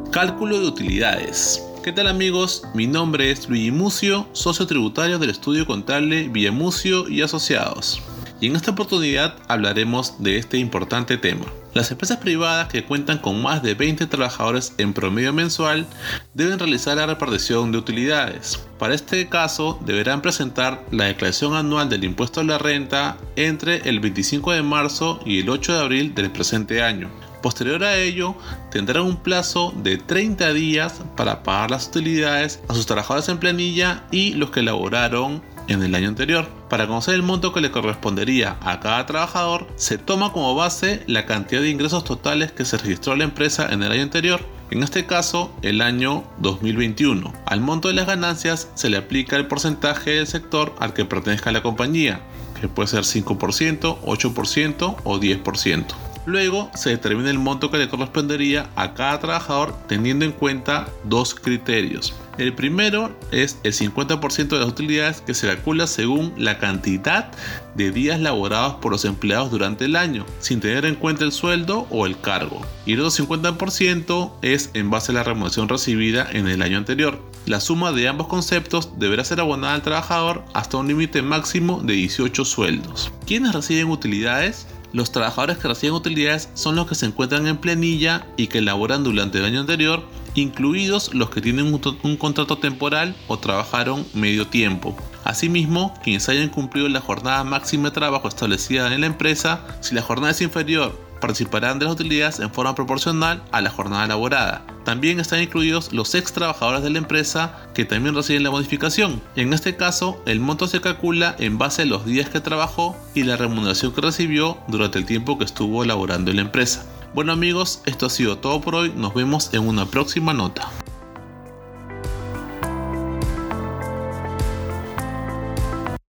Cálculo de utilidades. ¿Qué tal amigos? Mi nombre es Luigi Mucio, socio tributario del estudio contable Villamucio y Asociados. Y en esta oportunidad hablaremos de este importante tema. Las empresas privadas que cuentan con más de 20 trabajadores en promedio mensual deben realizar la repartición de utilidades. Para este caso, deberán presentar la declaración anual del impuesto a la renta entre el 25 de marzo y el 8 de abril del presente año. Posterior a ello, tendrán un plazo de 30 días para pagar las utilidades a sus trabajadores en planilla y los que laboraron en el año anterior. Para conocer el monto que le correspondería a cada trabajador, se toma como base la cantidad de ingresos totales que se registró la empresa en el año anterior, en este caso el año 2021. Al monto de las ganancias se le aplica el porcentaje del sector al que pertenezca la compañía, que puede ser 5%, 8% o 10%. Luego se determina el monto que le correspondería a cada trabajador teniendo en cuenta dos criterios. El primero es el 50% de las utilidades, que se calcula según la cantidad de días laborados por los empleados durante el año, sin tener en cuenta el sueldo o el cargo. Y el otro 50% es en base a la remuneración recibida en el año anterior. La suma de ambos conceptos deberá ser abonada al trabajador hasta un límite máximo de 18 sueldos. ¿Quiénes reciben utilidades? Los trabajadores que reciben utilidades son los que se encuentran en planilla y que laboran durante el año anterior, incluidos los que tienen un contrato temporal o trabajaron medio tiempo. Asimismo, quienes hayan cumplido la jornada máxima de trabajo establecida en la empresa, si la jornada es inferior, participarán de las utilidades en forma proporcional a la jornada laborada. También están incluidos los ex trabajadores de la empresa que también reciben la bonificación. En este caso, el monto se calcula en base a los días que trabajó y la remuneración que recibió durante el tiempo que estuvo laborando en la empresa. Bueno amigos, esto ha sido todo por hoy. Nos vemos en una próxima nota.